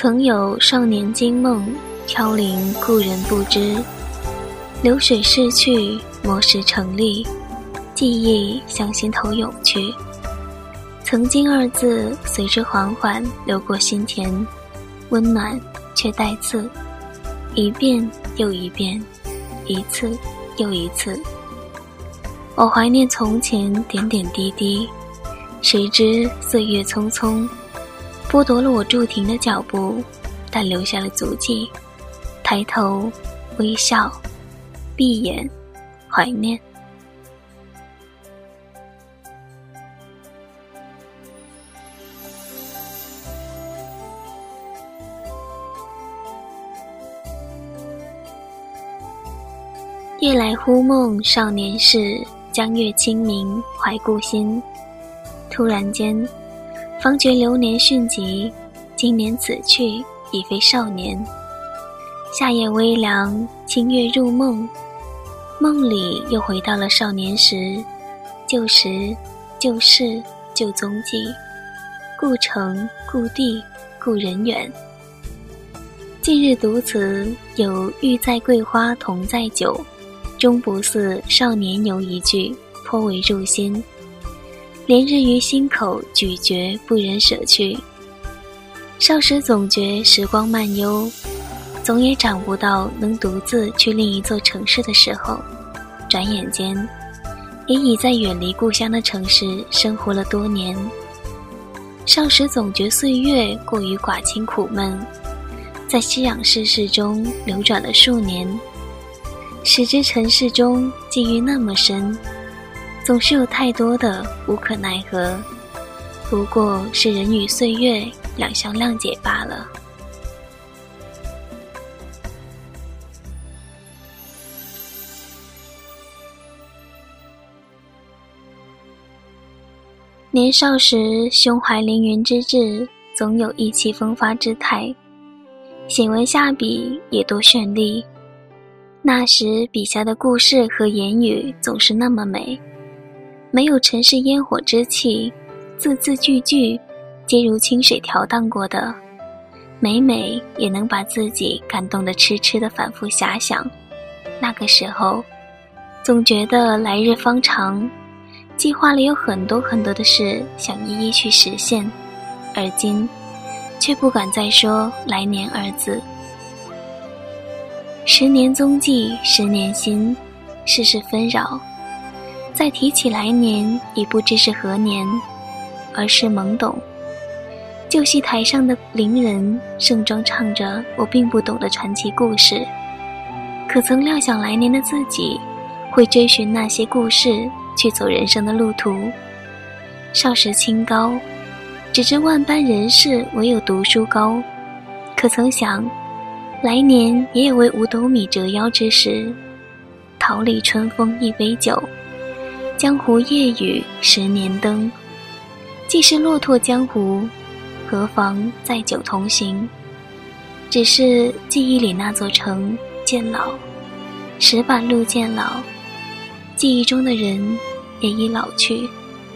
曾有少年惊梦，飘零故人不知。流水逝去，磨石成立，记忆向心头涌去。曾经二字随之缓缓流过心田，温暖却带刺，一遍又一遍，一次又一次。我怀念从前点点滴滴，谁知岁月匆匆，剥夺了我驻停的脚步，但留下了足迹。抬头微笑，闭眼怀念。夜来忽梦少年事，江月清明怀故心。突然间方觉流年迅疾，今年此去已非少年。夏夜微凉，清月入梦，梦里又回到了少年时，旧时旧事旧踪迹，故城故地故人远。近日读词有玉在桂花同在酒，终不似少年游一句，颇为入心。连日于心口咀嚼，不忍舍去。少时总觉时光漫悠，总也长不到能独自去另一座城市的时候。转眼间也已在远离故乡的城市生活了多年。少时总觉岁月过于寡清苦闷，在熙攘世事中流转了数年。使之尘世中际遇那么深，总是有太多的无可奈何，不过是人与岁月两相谅解罢了。年少时胸怀凌云之志，总有意气风发之态，写文下笔也多绚丽。那时笔下的故事和言语总是那么美，没有尘世烟火之气，字字句句皆如清水调荡过的，每每也能把自己感动得痴痴地反复遐想。那个时候总觉得来日方长，计划里有很多很多的事想一一去实现，而今却不敢再说来年二字。10年踪迹10年心，世事纷扰，再提起来年已不知是何年，而是懵懂。旧戏台上的伶人盛装唱着我并不懂的传奇故事，可曾料想来年的自己会追寻那些故事去走人生的路途。少时清高，只知万般人事唯有读书高，可曾想来年也有为5斗米折腰之时。桃李春风一杯酒，江湖夜雨10年灯。既是落拓江湖，何妨载酒同行。只是记忆里那座城渐老，石板路渐老，记忆中的人也已老去。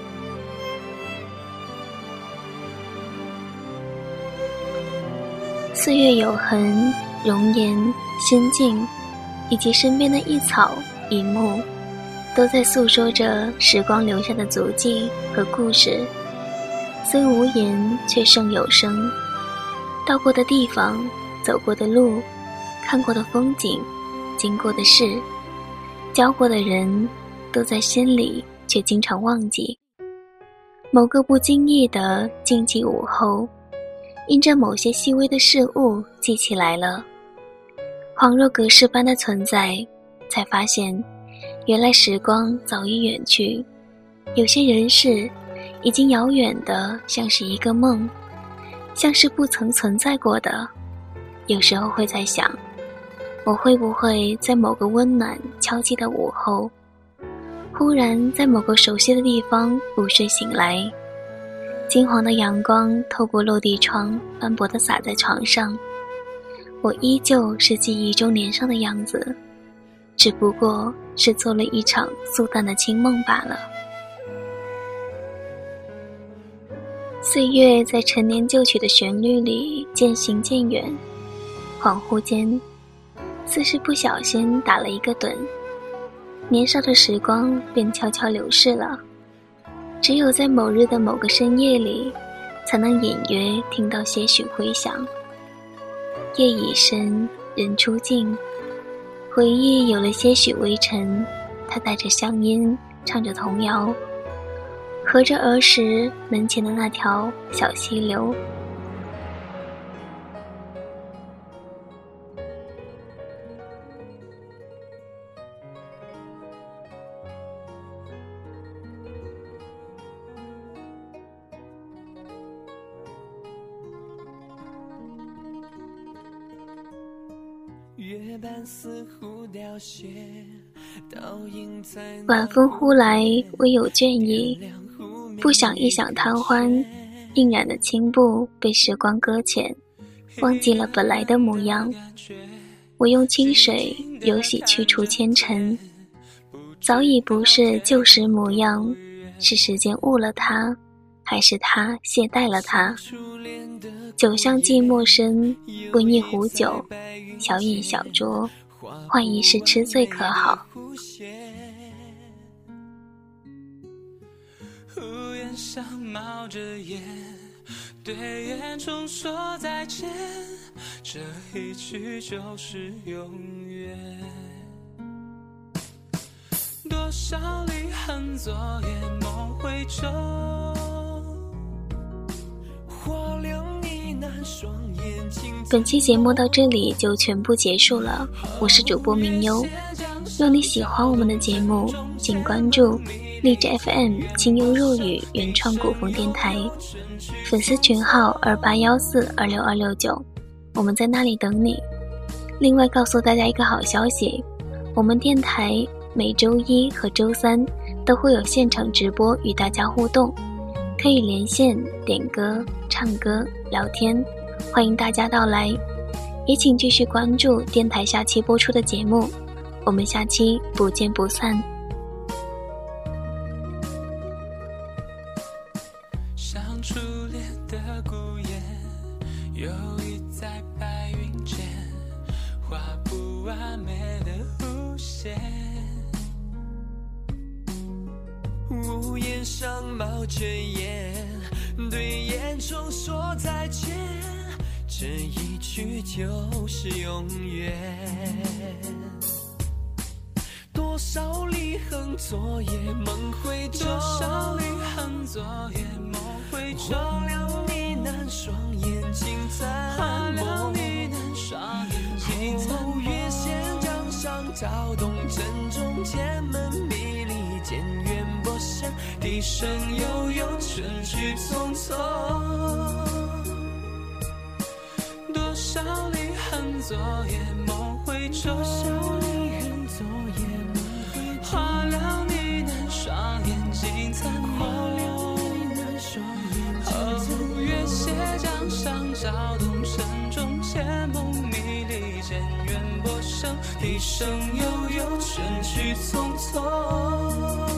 岁月有痕，容颜心境以及身边的一草一木，都在诉说着时光留下的足迹和故事。虽无言，却胜有声。到过的地方，走过的路，看过的风景，经过的事，交过的人，都在心里，却经常忘记。某个不经意的静寂午后，因着某些细微的事物记起来了，恍若隔世般的存在，才发现原来时光早已远去。有些人事已经遥远的像是一个梦，像是不曾存在过的。有时候会在想，我会不会在某个温暖敲击的午后，忽然在某个熟悉的地方午睡醒来，金黄的阳光透过落地窗斑驳地洒在床上，我依旧是记忆中年少的样子，只不过是做了一场素淡的清梦罢了。 岁月在陈年旧曲的旋律里渐行渐远，恍惚间似是不小心打了一个盹，年少的时光便悄悄流逝了。只有在某日的某个深夜里，才能隐约听到些许回响。夜已深，人初静，回忆有了些许微尘，它带着乡音，唱着童谣，和着儿时门前的那条小溪流。晚风忽来，微有倦意，不想一想贪欢，印染的青布被时光搁浅，忘记了本来的模样。我用清水有洗去除纤尘，早已不是旧时模样，是时间误了它，还是他懈怠了它？酒香寂寞深，温一壶酒，小饮小酌，换一世痴醉可好？ 屋檐上冒着烟，对烟囱说再见，这一去就是永远。多少离恨，昨夜梦回中，火亮你那双眼睛。 本期节目到这里就全部结束了，我是主播明优。若你喜欢我们的节目，请关注荔枝 FM 清幽若雨原创古风电台，粉丝群号2814262669，我们在那里等你。另外告诉大家一个好消息，我们电台每周一和周三都会有现场直播与大家互动，可以连线点歌、唱歌、聊天，欢迎大家到来。也请继续关注电台下期播出的节目，我们下期不见不散。 像初恋的孤雁，游弋在白云间，画不完美的弧线。屋檐上冒着烟，对烟囱说再见，这一去就是永远。多少离恨，昨夜梦回中，多少离恨，昨夜梦回中。画亮你那双眼睛残梦，后月线掌上跳动，阵中剑门迷离间，远波声，笛声悠悠，春去匆匆。多少离恨，昨夜梦回中。画亮你那双眼睛残梦，后月斜江上照动，晨中剑梦迷离间，远波声，笛声悠悠，春去匆匆。